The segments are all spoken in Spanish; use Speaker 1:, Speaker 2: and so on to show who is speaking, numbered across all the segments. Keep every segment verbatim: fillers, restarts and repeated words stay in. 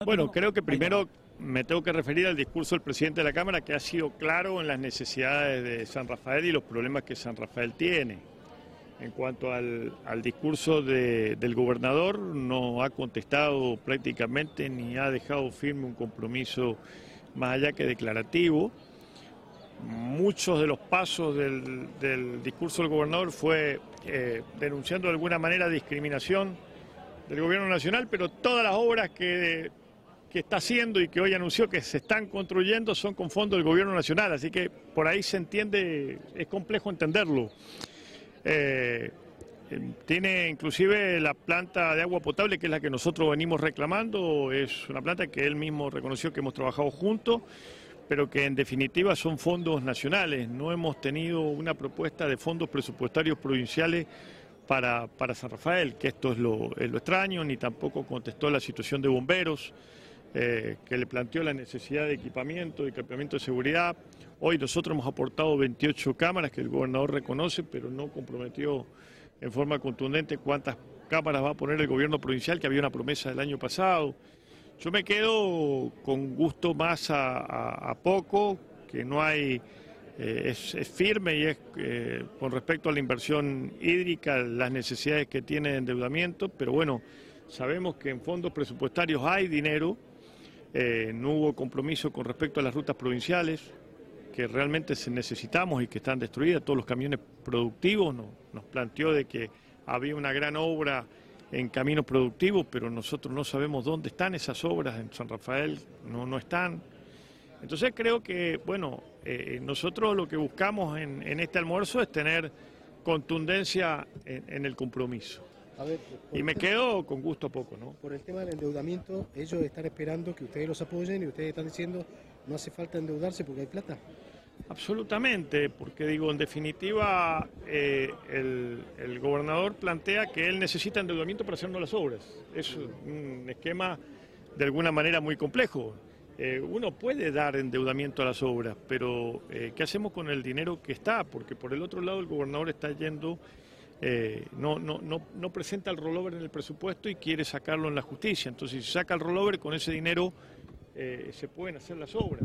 Speaker 1: Bueno, creo que primero me tengo que referir al discurso del presidente de la Cámara, que ha sido claro en las necesidades de San Rafael y los problemas que San Rafael tiene. En cuanto al, al discurso de, del gobernador, no ha contestado prácticamente ni ha dejado firme un compromiso más allá que declarativo. Muchos de los pasos del, del discurso del gobernador fue eh, denunciando de alguna manera discriminación del gobierno nacional, pero todas las obras que, que está haciendo y que hoy anunció que se están construyendo son con fondos del gobierno nacional, así que por ahí se entiende, es complejo entenderlo. Eh, tiene inclusive la planta de agua potable, que es la que nosotros venimos reclamando, es una planta que él mismo reconoció que hemos trabajado juntos, pero que en definitiva son fondos nacionales. No hemos tenido una propuesta de fondos presupuestarios provinciales para, para San Rafael, que esto es lo, es lo extraño, ni tampoco contestó la situación de bomberos, eh, que le planteó la necesidad de equipamiento, de equipamiento de seguridad. Hoy nosotros hemos aportado veintiocho cámaras que el gobernador reconoce, pero no comprometió en forma contundente cuántas cámaras va a poner el gobierno provincial, que había una promesa del año pasado. Yo me quedo con gusto más a, a, a poco, que no hay, eh, es, es firme y es eh, con respecto a la inversión hídrica, las necesidades que tiene de endeudamiento, pero bueno, sabemos que en fondos presupuestarios hay dinero, eh, no hubo compromiso con respecto a las rutas provinciales, que realmente necesitamos y que están destruidas, todos los camiones productivos, no, nos planteó de que había una gran obra en caminos productivos, pero nosotros no sabemos dónde están esas obras, en San Rafael no, no están. Entonces creo que, bueno, eh, nosotros lo que buscamos en, en este almuerzo es tener contundencia en, en el compromiso.
Speaker 2: A ver,
Speaker 1: y me
Speaker 2: tema,
Speaker 1: quedo con gusto a poco, ¿no?
Speaker 2: Por el tema del endeudamiento, ellos están esperando que ustedes los apoyen y ustedes están diciendo no hace falta endeudarse porque hay plata.
Speaker 1: Absolutamente, porque digo, en definitiva, eh, el, el gobernador plantea que él necesita endeudamiento para hacernos las obras. Es un esquema de alguna manera muy complejo. Eh, uno puede dar endeudamiento a las obras, pero eh, ¿qué hacemos con el dinero que está? Porque por el otro lado el gobernador está yendo, eh, no, no, no, no presenta el rollover en el presupuesto y quiere sacarlo en la justicia. Entonces, si saca el rollover, con ese dinero eh, se pueden hacer las obras.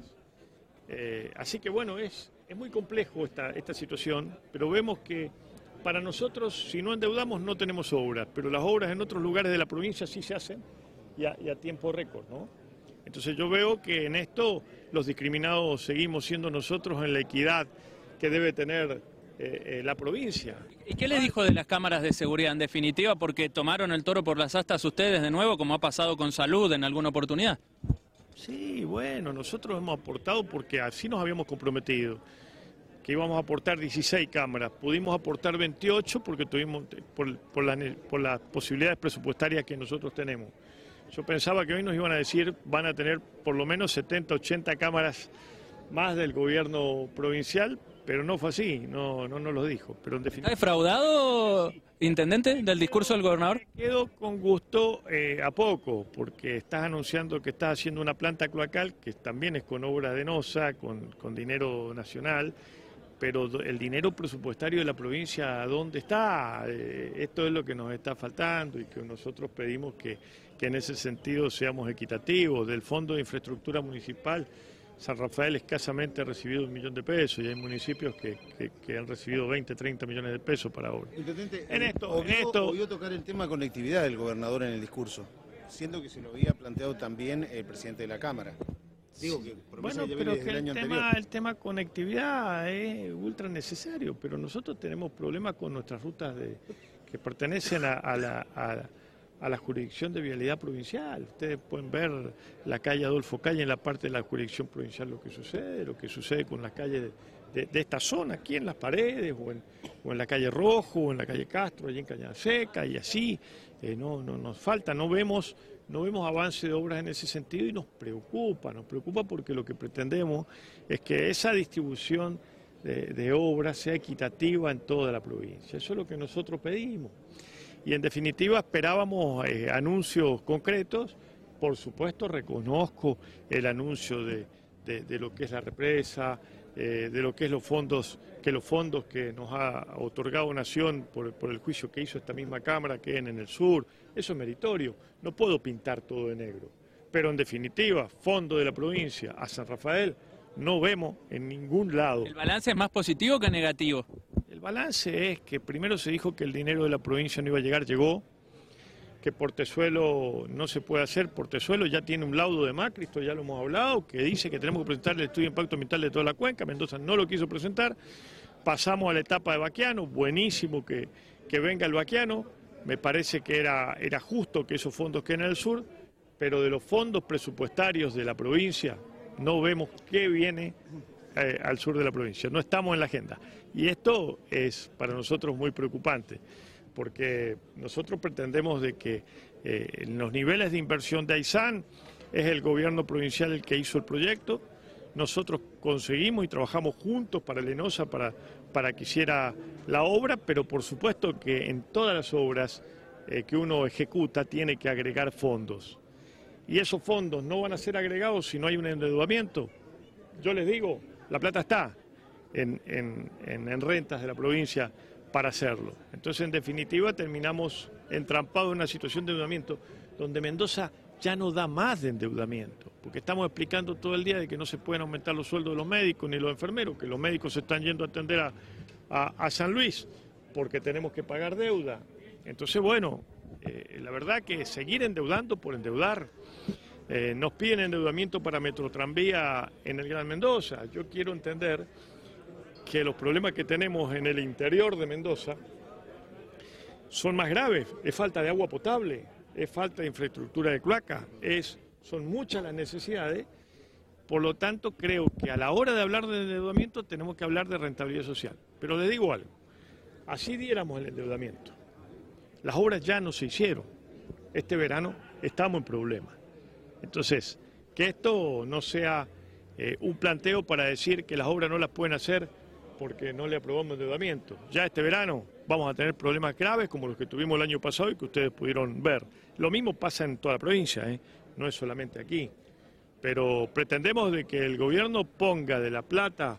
Speaker 1: Eh, así que bueno, es, es muy complejo esta, esta situación, pero vemos que para nosotros, si no endeudamos, no tenemos obras, pero las obras en otros lugares de la provincia sí se hacen y a, y a tiempo récord, ¿no? Entonces yo veo que en esto los discriminados seguimos siendo nosotros en la equidad que debe tener eh, eh, la provincia.
Speaker 3: ¿Y qué le dijo de las cámaras de seguridad en definitiva? Porque tomaron el toro por las astas ustedes de nuevo, como ha pasado con Salud en alguna oportunidad.
Speaker 1: Sí, bueno, nosotros hemos aportado porque así nos habíamos comprometido, que íbamos a aportar dieciséis cámaras, pudimos aportar veintiocho porque tuvimos por, por, la, por las posibilidades presupuestarias que nosotros tenemos. Yo pensaba que hoy nos iban a decir, van a tener por lo menos setenta, ochenta cámaras más del gobierno provincial, pero no fue así, no, no nos lo dijo. Pero en definitiva,
Speaker 3: ¿Está defraudado, intendente, del discurso del gobernador?
Speaker 1: Me quedo con gusto eh, a poco, porque estás anunciando que estás haciendo una planta cloacal, que también es con obra de NOSA, con, con dinero nacional, pero el dinero presupuestario de la provincia, ¿dónde está? Eh, esto es lo que nos está faltando y que nosotros pedimos que, que en ese sentido seamos equitativos. Del Fondo de Infraestructura Municipal, San Rafael escasamente ha recibido un millón de pesos y hay municipios que, que, que han recibido veinte, treinta millones de pesos para obras.
Speaker 4: Intendente,
Speaker 1: en esto,
Speaker 4: obvio,
Speaker 1: en esto...
Speaker 4: obvio tocar el tema conectividad del gobernador en el discurso, siendo que se lo había planteado también el presidente de la Cámara. Digo que
Speaker 1: bueno, pero que el, el tema, el tema conectividad es ultra necesario, pero nosotros tenemos problemas con nuestras rutas de, que pertenecen a, a, la, a, a la jurisdicción de vialidad provincial. Ustedes pueden ver la calle Adolfo Calle en la parte de la jurisdicción provincial, lo que sucede, lo que sucede con las calles de, de, de esta zona, aquí en Las Paredes, o en, o en la calle Rojo, o en la calle Castro, allí en Cañada Seca, y así. Eh, no, no nos falta, no vemos, no vemos avance de obras en ese sentido y nos preocupa, nos preocupa porque lo que pretendemos es que esa distribución de, de obras sea equitativa en toda la provincia. Eso es lo que nosotros pedimos. Y en definitiva esperábamos eh, anuncios concretos. Por supuesto reconozco el anuncio de, de, de lo que es la represa, eh, de lo que es los fondos, que los fondos que nos ha otorgado Nación por, por el juicio que hizo esta misma Cámara, que en, en el sur, eso es meritorio. No puedo pintar todo de negro, Pero en definitiva, fondo de la provincia a San Rafael no vemos en ningún lado.
Speaker 3: ¿El balance es más positivo que negativo?
Speaker 1: El balance es que primero se dijo que el dinero de la provincia no iba a llegar, llegó, que Portezuelo no se puede hacer, Portezuelo ya tiene un laudo de Macri, esto ya lo hemos hablado, que dice que tenemos que presentar el estudio de impacto ambiental de toda la cuenca, Mendoza no lo quiso presentar, pasamos a la etapa de Baquiano, buenísimo que, que venga el Baquiano, me parece que era, era justo que esos fondos queden en el sur, pero de los fondos presupuestarios de la provincia no vemos qué viene eh, al sur de la provincia, no estamos en la agenda. Y esto es para nosotros muy preocupante, porque nosotros pretendemos de que eh, en los niveles de inversión de Aysán es el gobierno provincial el que hizo el proyecto, nosotros conseguimos y trabajamos juntos para Lenosa para, para que hiciera la obra, pero por supuesto que en todas las obras eh, que uno ejecuta tiene que agregar fondos. Y esos fondos no van a ser agregados si no hay un endeudamiento. Yo les digo, la plata está en, en, en, en rentas de la provincia para hacerlo. Entonces, en definitiva, terminamos entrampados en una situación de endeudamiento donde Mendoza ya no da más de endeudamiento, porque estamos explicando todo el día de que no se pueden aumentar los sueldos de los médicos ni los enfermeros, que los médicos se están yendo a atender a, a, a San Luis porque tenemos que pagar deuda. Entonces, bueno, eh, la verdad que seguir endeudando por endeudar. Eh, nos piden endeudamiento para Metrotranvía en el Gran Mendoza. Yo quiero entender que los problemas que tenemos en el interior de Mendoza son más graves. Es falta de agua potable, es falta de infraestructura de cloaca, es, son muchas las necesidades. Por lo tanto, creo que a la hora de hablar de endeudamiento tenemos que hablar de rentabilidad social. Pero les digo algo, así diéramos el endeudamiento. Las obras ya no se hicieron. Este verano estamos en problemas. Entonces, que esto no sea eh, un planteo para decir que las obras no las pueden hacer porque no le aprobamos endeudamiento. Ya este verano vamos a tener problemas graves como los que tuvimos el año pasado y que ustedes pudieron ver. Lo mismo pasa en toda la provincia, ¿eh? No es solamente aquí. Pero pretendemos de que el gobierno ponga de la plata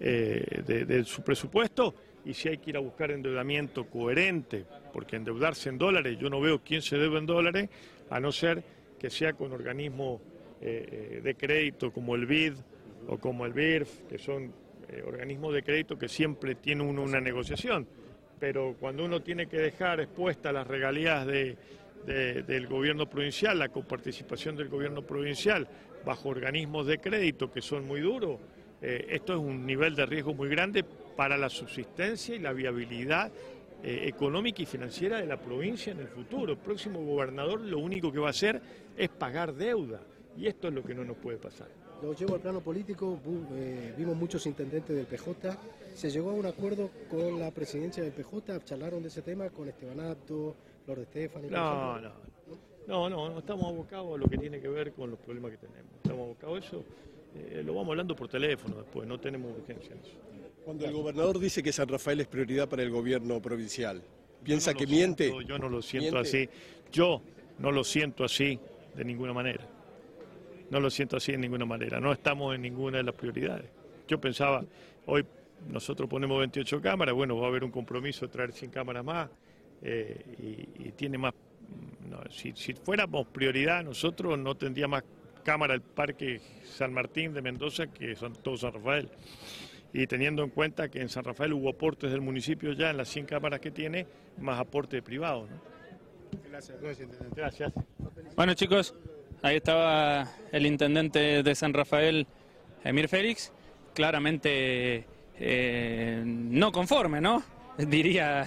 Speaker 1: eh, de, de su presupuesto y si hay que ir a buscar endeudamiento coherente, porque endeudarse en dólares, yo no veo quién se debe en dólares, a no ser que sea con organismos eh, de crédito como el B I D o como el B I R F, que son eh, organismos de crédito que siempre tienen uno una negociación. Pero cuando uno tiene que dejar expuestas las regalías de, de, del gobierno provincial, la coparticipación del gobierno provincial bajo organismos de crédito que son muy duros, eh, esto es un nivel de riesgo muy grande para la subsistencia y la viabilidad Eh, económica y financiera de la provincia en el futuro. El próximo gobernador lo único que va a hacer es pagar deuda y esto es lo que no nos puede pasar.
Speaker 2: Lo llevo al plano político, eh, vimos muchos intendentes del P J, ¿se llegó a un acuerdo con la presidencia del P J? ¿Charlaron de ese tema con Estebanato, Flor de Estefani?
Speaker 1: No, no, no, no, no, estamos abocados a lo que tiene que ver con los problemas que tenemos. Estamos abocados a eso, eh, lo vamos hablando por teléfono después, no tenemos urgencia en eso.
Speaker 5: Cuando el gobernador dice que San Rafael es prioridad para el gobierno provincial, ¿piensa
Speaker 1: no
Speaker 5: que
Speaker 1: siento,
Speaker 5: miente?
Speaker 1: Yo no lo siento
Speaker 5: ¿Miente?
Speaker 1: así, yo no lo siento así de ninguna manera, no lo siento así de ninguna manera, no estamos en ninguna de las prioridades. Yo pensaba, hoy nosotros ponemos veintiocho cámaras, bueno, va a haber un compromiso de traer cien cámaras más eh, y, y tiene más, no, si, si fuéramos prioridad nosotros no tendría más cámara el Parque San Martín de Mendoza que son todos San Rafael. Y teniendo en cuenta que en San Rafael hubo aportes del municipio ya en las cien cámaras que tiene, más aporte privado, ¿no?
Speaker 2: Gracias.
Speaker 1: Gracias.
Speaker 3: Bueno, chicos, ahí estaba el intendente de San Rafael, Emir Félix, claramente eh, no conforme, ¿no? Diría,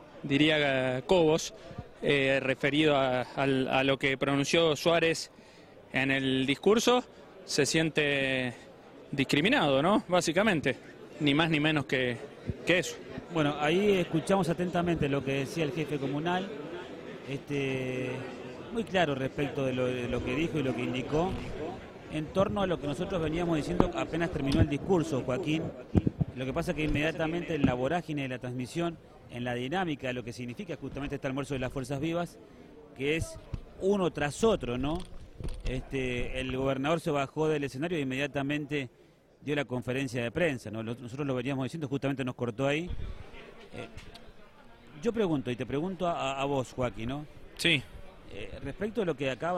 Speaker 3: diría Cobos, eh, referido a, a, a lo que pronunció Suárez en el discurso, se siente discriminado, ¿no? Básicamente, ni más ni menos que, que eso.
Speaker 6: Bueno, ahí escuchamos atentamente lo que decía el jefe comunal, este, muy claro respecto de lo, de lo que dijo y lo que indicó, en torno a lo que nosotros veníamos diciendo apenas terminó el discurso, Joaquín. Lo que pasa es que inmediatamente en la vorágine de la transmisión, en la dinámica de lo que significa justamente este almuerzo de las Fuerzas Vivas, que es uno tras otro, ¿no? Este, el gobernador se bajó del escenario e inmediatamente dio la conferencia de prensa, ¿no? Nosotros lo veníamos diciendo, justamente nos cortó ahí. Eh, yo pregunto, y te pregunto a, a vos, Joaquín, ¿no?
Speaker 3: Sí.
Speaker 6: Eh, respecto a lo que acaba